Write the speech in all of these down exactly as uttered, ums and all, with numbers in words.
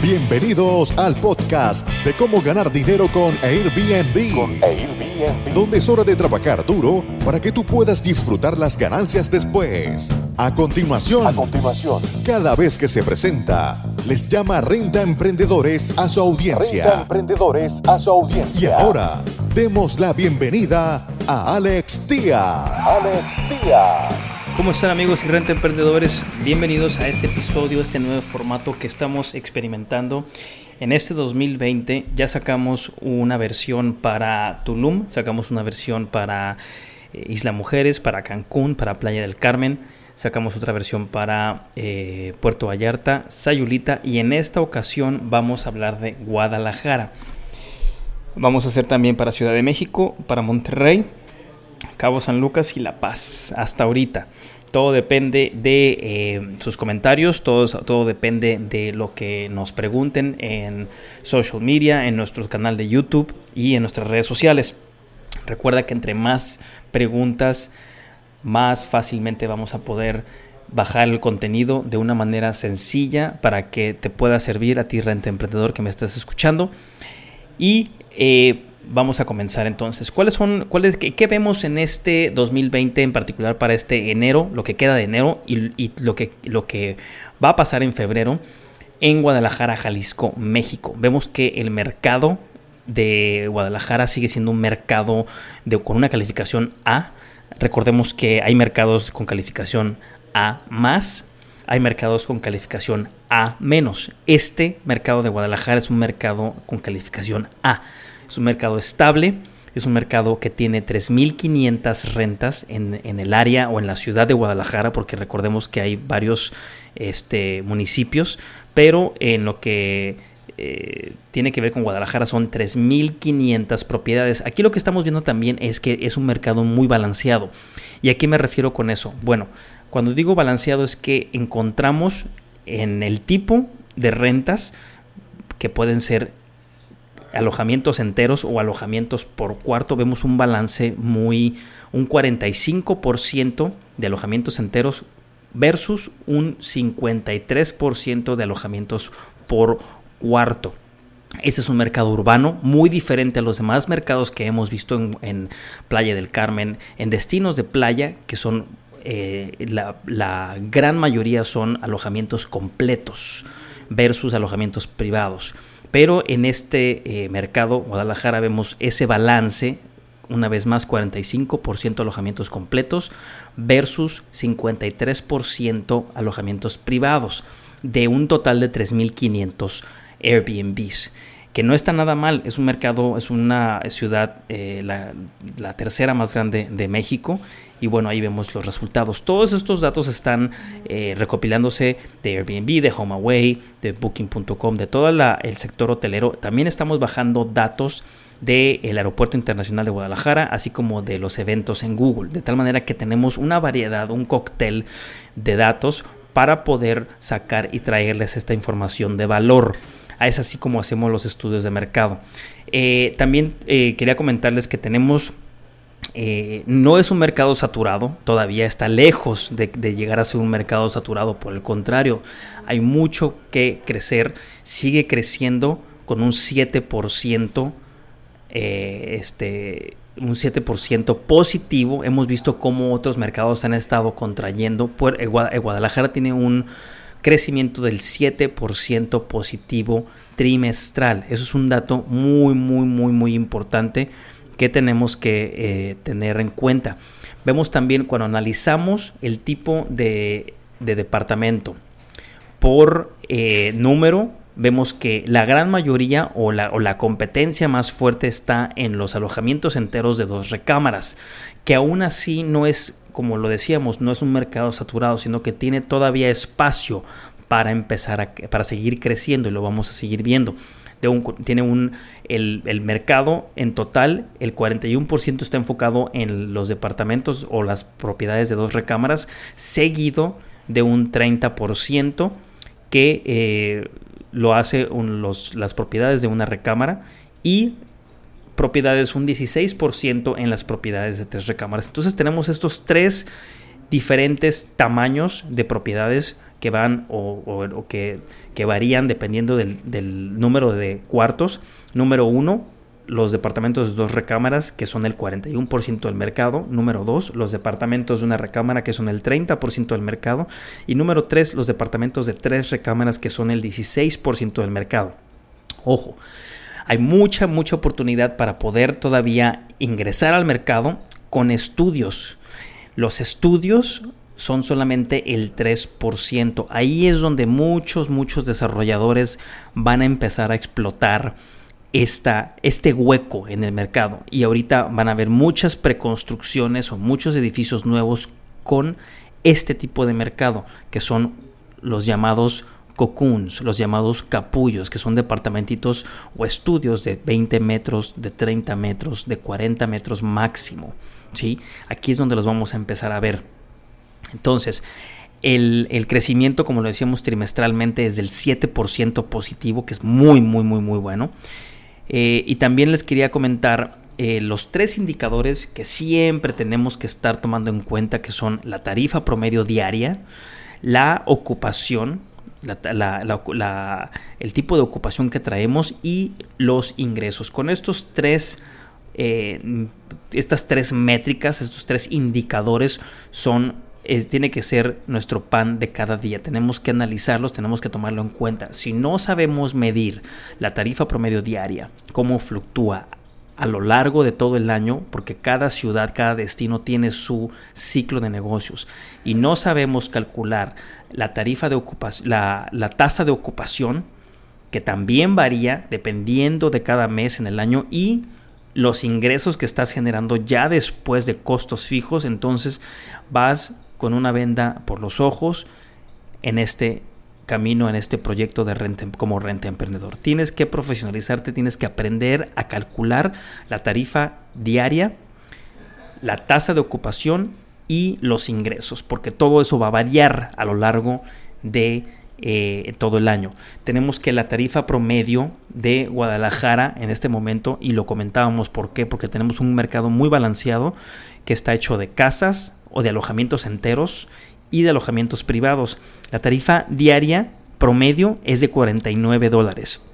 Bienvenidos al podcast de cómo ganar dinero con Airbnb. Con Airbnb. Donde es hora de trabajar duro para que tú puedas disfrutar las ganancias después. A continuación, A continuación, cada vez que se presenta, les llama Renta Emprendedores a su audiencia. Renta Emprendedores a su audiencia. Y ahora, demos la bienvenida a Alex Díaz. Alex Díaz. ¿Cómo están, amigos y Renta Emprendedores? Bienvenidos a este episodio, este nuevo formato que estamos experimentando. En este dos mil veinte ya sacamos una versión para Tulum, sacamos una versión para eh, Isla Mujeres, para Cancún, para Playa del Carmen, sacamos otra versión para eh, Puerto Vallarta, Sayulita, y en esta ocasión vamos a hablar de Guadalajara. Vamos a hacer también para Ciudad de México, para Monterrey, Cabo San Lucas y La Paz, hasta ahorita. Todo depende de eh, sus comentarios, todo, todo depende de lo que nos pregunten en social media, en nuestro canal de YouTube y en nuestras redes sociales. Recuerda que entre más preguntas, más fácilmente vamos a poder bajar el contenido de una manera sencilla para que te pueda servir a ti, Renta Emprendedor, que me estás escuchando. Y eh, vamos a comenzar entonces. ¿Cuáles son, cuáles, qué, qué vemos en este dos mil veinte, en particular para este enero, lo que queda de enero y, y lo, que, lo que va a pasar en febrero en Guadalajara, Jalisco, México? Vemos que el mercado de Guadalajara sigue siendo un mercado de, con una calificación A. Recordemos que hay mercados con calificación A más, hay mercados con calificación A menos. Este mercado de Guadalajara es un mercado con calificación A. Es un mercado estable, es un mercado que tiene tres mil quinientas rentas en, en el área o en la ciudad de Guadalajara, porque recordemos que hay varios este, municipios, pero en lo que eh, tiene que ver con Guadalajara son tres mil quinientas propiedades. Aquí lo que estamos viendo también es que es un mercado muy balanceado. ¿Y a qué me refiero con eso? Bueno, cuando digo balanceado es que encontramos en el tipo de rentas que pueden ser alojamientos enteros o alojamientos por cuarto, vemos un balance muy, un cuarenta y cinco por ciento de alojamientos enteros versus un cincuenta y tres por ciento de alojamientos por cuarto. Ese es un mercado urbano muy diferente a los demás mercados que hemos visto en, en Playa del Carmen, en destinos de playa que son, eh, la, la gran mayoría son alojamientos completos versus alojamientos privados. Pero en este eh, mercado, Guadalajara, vemos ese balance, una vez más, cuarenta y cinco por ciento alojamientos completos versus cincuenta y tres por ciento alojamientos privados, de un total de tres mil quinientos Airbnbs, que no está nada mal. Es un mercado, es una ciudad, eh, la, la tercera más grande de México, y bueno, ahí vemos los resultados. Todos estos datos están eh, recopilándose de Airbnb, de HomeAway, de Booking punto com, de todo la, el sector hotelero. También estamos bajando datos del Aeropuerto Internacional de Guadalajara, así como de los eventos en Google, de tal manera que tenemos una variedad, un cóctel de datos para poder sacar y traerles esta información de valor. Es así como hacemos los estudios de mercado. Eh, también eh, quería comentarles que tenemos, eh, no es un mercado saturado, todavía está lejos de, de llegar a ser un mercado saturado. Por el contrario, hay mucho que crecer, sigue creciendo con un siete por ciento, eh, este, un siete por ciento positivo. Hemos visto cómo otros mercados han estado contrayendo. Por, eh, Guadalajara tiene un crecimiento del siete por ciento positivo trimestral. Eso es un dato muy, muy, muy, muy importante que tenemos que eh, tener en cuenta. Vemos también, cuando analizamos el tipo de, de departamento por eh, número, vemos que la gran mayoría o la, o la competencia más fuerte está en los alojamientos enteros de dos recámaras, que aún así no es, como lo decíamos, no es un mercado saturado, sino que tiene todavía espacio para empezar a, para seguir creciendo, y lo vamos a seguir viendo. De un, tiene un, el, el mercado en total, el cuarenta y uno por ciento está enfocado en los departamentos o las propiedades de dos recámaras, seguido de un treinta por ciento que eh, lo hace un, los, las propiedades de una recámara, y propiedades un dieciséis por ciento en las propiedades de tres recámaras. Entonces tenemos estos tres diferentes tamaños de propiedades que van o, o, o que, que varían dependiendo del, del número de cuartos. Número uno, los departamentos de dos recámaras, que son el cuarenta y uno por ciento del mercado. Número dos, los departamentos de una recámara, que son el treinta por ciento del mercado. Y número tres, los departamentos de tres recámaras, que son el dieciséis por ciento del mercado. Ojo, hay mucha, mucha oportunidad para poder todavía ingresar al mercado con estudios. Los estudios son solamente el tres por ciento. Ahí es donde muchos, muchos desarrolladores van a empezar a explotar Esta, este hueco en el mercado, y ahorita van a haber muchas preconstrucciones o muchos edificios nuevos con este tipo de mercado, que son los llamados cocoons, los llamados capullos, que son departamentitos o estudios de veinte metros, de treinta metros, de cuarenta metros máximo, ¿sí? Aquí es donde los vamos a empezar a ver. Entonces, El, el crecimiento, como lo decíamos, trimestralmente es del siete por ciento positivo, que es muy, muy, muy, muy bueno. Eh, y también les quería comentar eh, los tres indicadores que siempre tenemos que estar tomando en cuenta, que son la tarifa promedio diaria, la ocupación, la, la, la, la, el tipo de ocupación que traemos y los ingresos. Con estos tres, eh, estas tres métricas, estos tres indicadores son... Es, tiene que ser nuestro pan de cada día. Tenemos que analizarlos, tenemos que tomarlo en cuenta. Si no sabemos medir la tarifa promedio diaria, cómo fluctúa a lo largo de todo el año, porque cada ciudad, cada destino tiene su ciclo de negocios, y no sabemos calcular la tarifa de ocupación, la, la tasa de ocupación, que también varía dependiendo de cada mes en el año, y los ingresos que estás generando ya después de costos fijos, entonces vas con una venda por los ojos en este camino, en este proyecto de renta como renta emprendedor. Tienes que profesionalizarte, tienes que aprender a calcular la tarifa diaria, la tasa de ocupación y los ingresos, porque todo eso va a variar a lo largo de eh, todo el año. Tenemos que la tarifa promedio de Guadalajara en este momento, y lo comentábamos, ¿por qué? Porque tenemos un mercado muy balanceado que está hecho de casas o de alojamientos enteros y de alojamientos privados. La tarifa diaria promedio es de cuarenta y nueve dólares,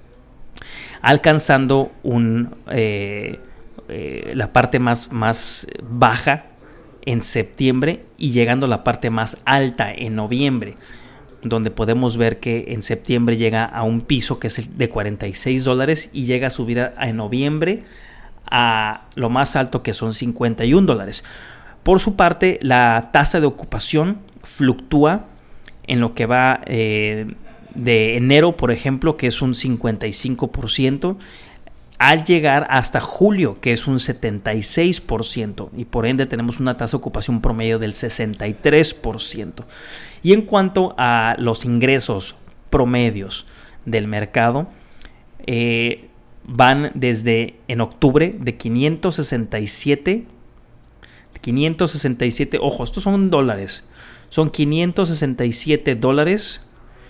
alcanzando un, eh, eh, la parte más, más baja en septiembre y llegando a la parte más alta en noviembre, donde podemos ver que en septiembre llega a un piso que es el de cuarenta y seis dólares y llega a subir a, a en noviembre a lo más alto, que son cincuenta y un dólares. Por su parte, la tasa de ocupación fluctúa en lo que va eh, de enero, por ejemplo, que es un cincuenta y cinco por ciento, al llegar hasta julio, que es un setenta y seis por ciento, y por ende tenemos una tasa de ocupación promedio del sesenta y tres por ciento. Y en cuanto a los ingresos promedios del mercado, eh, van desde en octubre de quinientos sesenta y siete, quinientos sesenta y siete, ojo, estos son dólares, son quinientos sesenta y siete dólares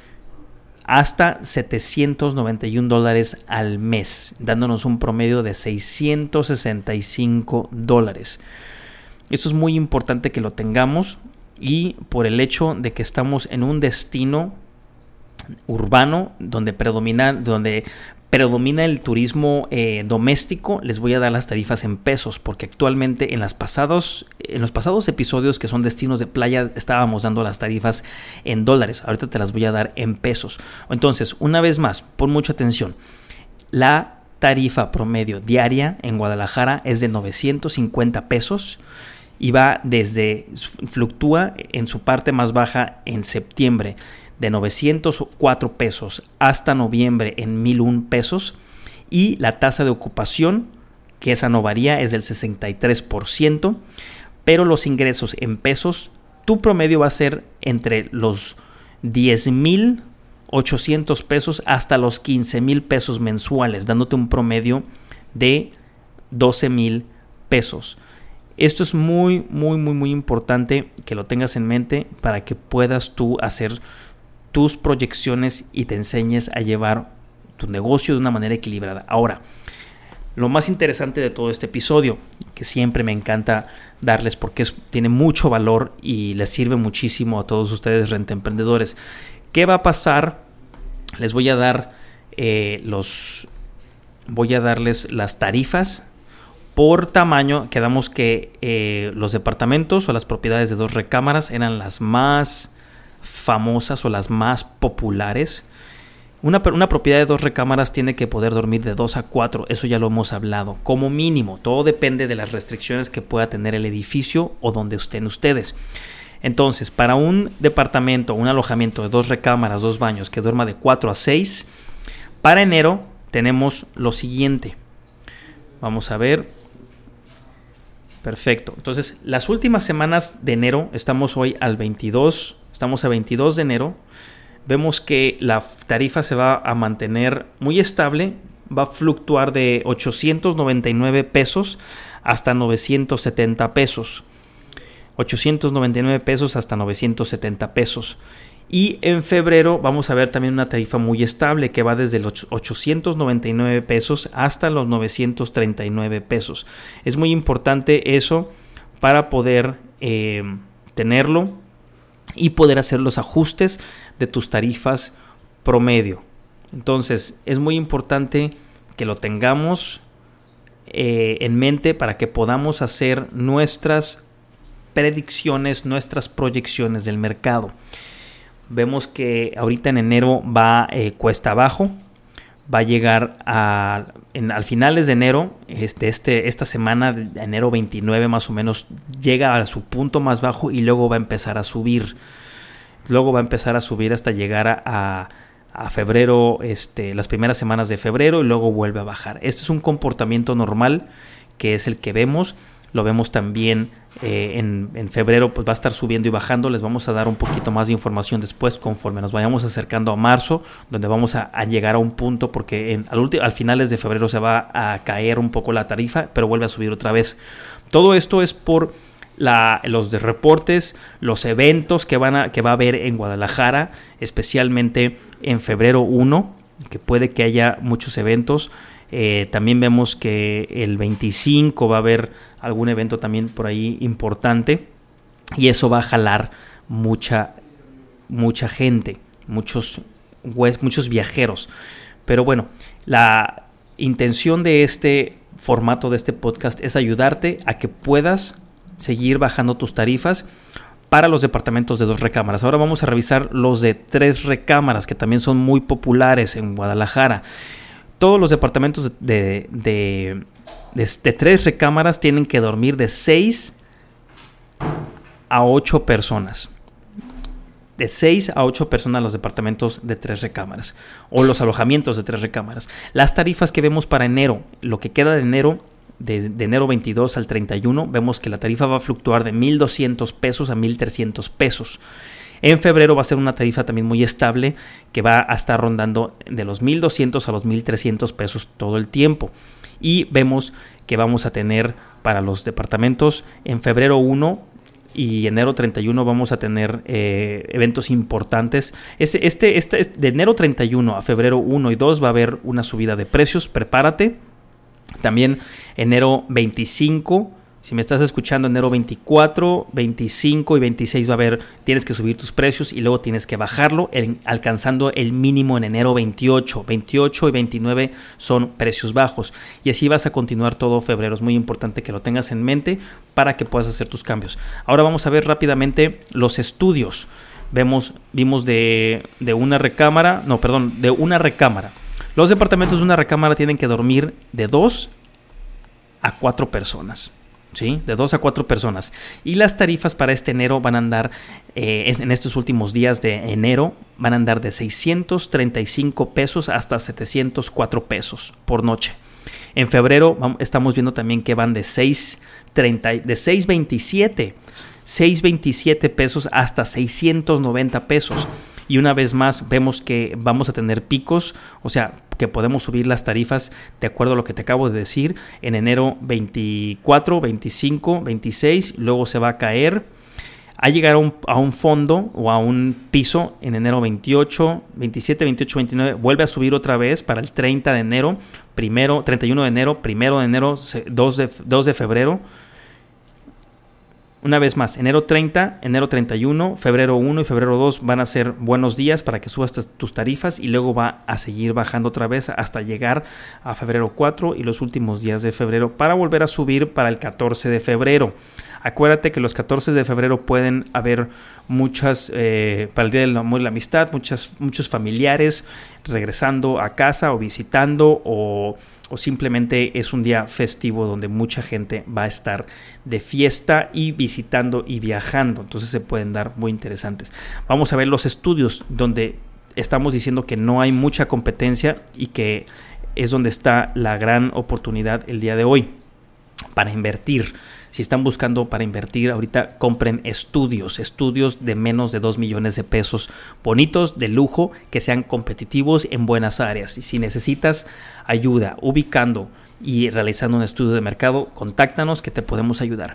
hasta setecientos noventa y un dólares al mes, dándonos un promedio de seiscientos sesenta y cinco dólares. Esto es muy importante que lo tengamos, y por el hecho de que estamos en un destino urbano donde predomina, donde predomina el turismo eh, doméstico, les voy a dar las tarifas en pesos, porque actualmente en, las pasados, en los pasados episodios, que son destinos de playa, estábamos dando las tarifas en dólares. Ahorita te las voy a dar en pesos. Entonces, una vez más, pon mucha atención. La tarifa promedio diaria en Guadalajara es de novecientos cincuenta pesos y va desde, fluctúa en su parte más baja en septiembre de novecientos cuatro pesos hasta noviembre en mil uno pesos, y la tasa de ocupación, que esa no varía, es del sesenta y tres por ciento, pero los ingresos en pesos, tu promedio va a ser entre los diez mil ochocientos pesos hasta los quince mil pesos mensuales, dándote un promedio de doce mil pesos. Esto es muy, muy, muy, muy importante que lo tengas en mente para que puedas tú hacer tus proyecciones y te enseñes a llevar tu negocio de una manera equilibrada. Ahora, lo más interesante de todo este episodio, que siempre me encanta darles porque es, tiene mucho valor y les sirve muchísimo a todos ustedes rentemprendedores. ¿Qué va a pasar? Les voy a dar eh, los voy a darles las tarifas por tamaño. Quedamos que eh, los departamentos o las propiedades de dos recámaras eran las más famosas o las más populares. Una, una propiedad de dos recámaras tiene que poder dormir de dos a cuatro, eso ya lo hemos hablado, como mínimo. Todo depende de las restricciones que pueda tener el edificio o donde estén ustedes. Entonces, para un departamento, un alojamiento de dos recámaras, dos baños, que duerma de cuatro a seis, para enero tenemos lo siguiente. Vamos a ver. Perfecto. Entonces, las últimas semanas de enero, estamos hoy al veintidós, estamos a veintidós de enero. Vemos que la tarifa se va a mantener muy estable, va a fluctuar de ochocientos noventa y nueve pesos hasta novecientos setenta pesos. ochocientos noventa y nueve pesos hasta novecientos setenta pesos. Y en febrero vamos a ver también una tarifa muy estable que va desde los ochocientos noventa y nueve pesos hasta los novecientos treinta y nueve pesos. Es muy importante eso para poder eh, tenerlo y poder hacer los ajustes de tus tarifas promedio. Entonces es muy importante que lo tengamos eh, en mente para que podamos hacer nuestras predicciones, nuestras proyecciones del mercado. Vemos que ahorita en enero va eh, cuesta abajo, va a llegar a en, al finales de enero, este, este, esta semana de enero veintinueve más o menos, llega a su punto más bajo y luego va a empezar a subir. Luego va a empezar a subir hasta llegar a, a, a febrero, este, las primeras semanas de febrero, y luego vuelve a bajar. Este es un comportamiento normal que es el que vemos. Lo vemos también eh, en, en febrero, pues va a estar subiendo y bajando. Les vamos a dar un poquito más de información después conforme nos vayamos acercando a marzo, donde vamos a, a llegar a un punto, porque en, al, ulti- al finales de febrero se va a caer un poco la tarifa, pero vuelve a subir otra vez. Todo esto es por la, los de reportes, los eventos que, van a, que va a haber en Guadalajara, especialmente en febrero primero, que puede que haya muchos eventos. Eh, también vemos que el veinticinco va a haber algún evento también por ahí importante, y eso va a jalar mucha mucha gente, muchos muchos viajeros. Pero bueno, la intención de este formato de este podcast es ayudarte a que puedas seguir bajando tus tarifas para los departamentos de dos recámaras. Ahora vamos a revisar los de tres recámaras, que también son muy populares en Guadalajara. Todos los departamentos de, de, de, de tres recámaras tienen que dormir de seis a ocho personas. De seis a ocho personas los departamentos de tres recámaras o los alojamientos de tres recámaras. Las tarifas que vemos para enero, lo que queda de enero, de, de enero veintidós al treinta y uno, vemos que la tarifa va a fluctuar de mil doscientos pesos a mil trescientos pesos. En febrero va a ser una tarifa también muy estable, que va a estar rondando de los mil doscientos a los mil trescientos pesos todo el tiempo. Y vemos que vamos a tener para los departamentos en febrero primero y enero treinta y uno vamos a tener eh, eventos importantes. Este, este, este, este, de enero treinta y uno a febrero primero y dos va a haber una subida de precios, prepárate. También enero veinticinco. Si me estás escuchando, enero veinticuatro, veinticinco y veintiséis va a haber, tienes que subir tus precios y luego tienes que bajarlo, en, alcanzando el mínimo en enero veintiocho. veintiocho y veintinueve son precios bajos, y así vas a continuar todo febrero. Es muy importante que lo tengas en mente para que puedas hacer tus cambios. Ahora vamos a ver rápidamente los estudios. Vemos, vimos de, de una recámara, no, perdón, de una recámara. Los departamentos de una recámara tienen que dormir de dos a cuatro personas. ¿Sí? De dos a cuatro personas. Y las tarifas para este enero van a andar, eh, en estos últimos días de enero, van a andar de seiscientos treinta y cinco pesos hasta setecientos cuatro pesos por noche. En febrero vamos, estamos viendo también que van de seis treinta, de seiscientos veintisiete, seiscientos veintisiete pesos hasta seiscientos noventa pesos. Y una vez más vemos que vamos a tener picos, o sea, que podemos subir las tarifas de acuerdo a lo que te acabo de decir. En enero veinticuatro, veinticinco, veintiséis, luego se va a caer a llegar a un, a un fondo o a un piso en enero veintiocho, veintisiete, veintiocho, veintinueve, vuelve a subir otra vez para el treinta de enero, primero, treinta y uno de enero, primero de enero, dos de, dos de febrero. Una vez más, enero treinta, enero treinta y uno, febrero uno y febrero dos van a ser buenos días para que subas tus tarifas y luego va a seguir bajando otra vez hasta llegar a febrero cuatro y los últimos días de febrero para volver a subir para el catorce de febrero. Acuérdate que los catorce de febrero pueden haber muchas, eh, para el Día del Amor y la Amistad, muchas, muchos familiares regresando a casa o visitando o, o simplemente es un día festivo donde mucha gente va a estar de fiesta y visitando y viajando. Entonces se pueden dar muy interesantes. Vamos a ver los estudios donde estamos diciendo que no hay mucha competencia y que es donde está la gran oportunidad el día de hoy para invertir. Si están buscando para invertir, ahorita compren estudios, estudios de menos de dos millones de pesos, bonitos, de lujo, que sean competitivos en buenas áreas. Y si necesitas ayuda ubicando y realizando un estudio de mercado, contáctanos que te podemos ayudar.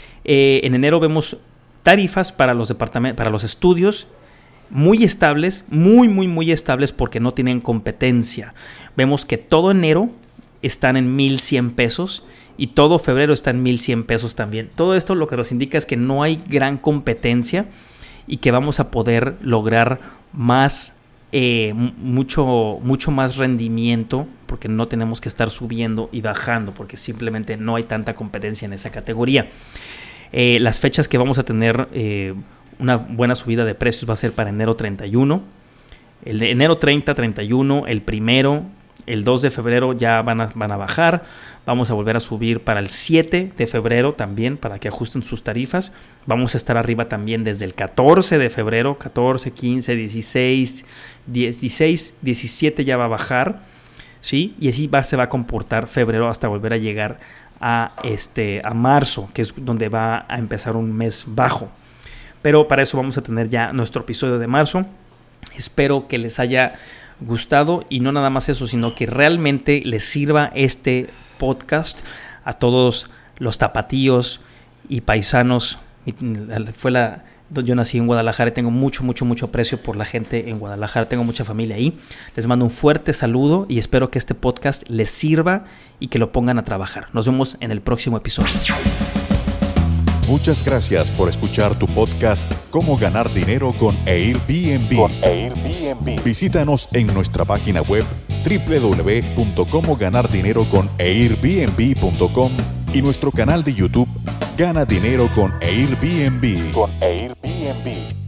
Eh, en enero vemos tarifas para los departamentos, para los estudios muy estables, muy, muy, muy estables porque no tienen competencia. Vemos que todo enero están en mil cien pesos. Y todo febrero está en mil cien pesos también. Todo esto lo que nos indica es que no hay gran competencia y que vamos a poder lograr más, eh, mucho, mucho más rendimiento porque no tenemos que estar subiendo y bajando porque simplemente no hay tanta competencia en esa categoría. Eh, las fechas que vamos a tener eh, una buena subida de precios va a ser para enero treinta y uno. El de enero treinta, treinta y uno, el primero, el dos de febrero ya van a, van a bajar. Vamos a volver a subir para el siete de febrero también para que ajusten sus tarifas. Vamos a estar arriba también desde el catorce de febrero, catorce, quince, dieciséis, dieciséis, diecisiete ya va a bajar, ¿sí? Y así va, se va a comportar febrero hasta volver a llegar a, este, a marzo, que es donde va a empezar un mes bajo. Pero para eso vamos a tener ya nuestro episodio de marzo. Espero que les haya gustado y no nada más eso, sino que realmente les sirva este podcast a todos los tapatíos y paisanos. Fue la, yo nací en Guadalajara y tengo mucho, mucho, mucho aprecio por la gente en Guadalajara. Tengo mucha familia ahí. Les mando un fuerte saludo y espero que este podcast les sirva y que lo pongan a trabajar. Nos vemos en el próximo episodio. Muchas gracias por escuchar tu podcast Cómo ganar dinero con Airbnb. Con Airbnb. Visítanos en nuestra página web doble u doble u doble u punto cómo ganar dinero con airbnb punto com y nuestro canal de YouTube Gana Dinero con Airbnb. Con Airbnb.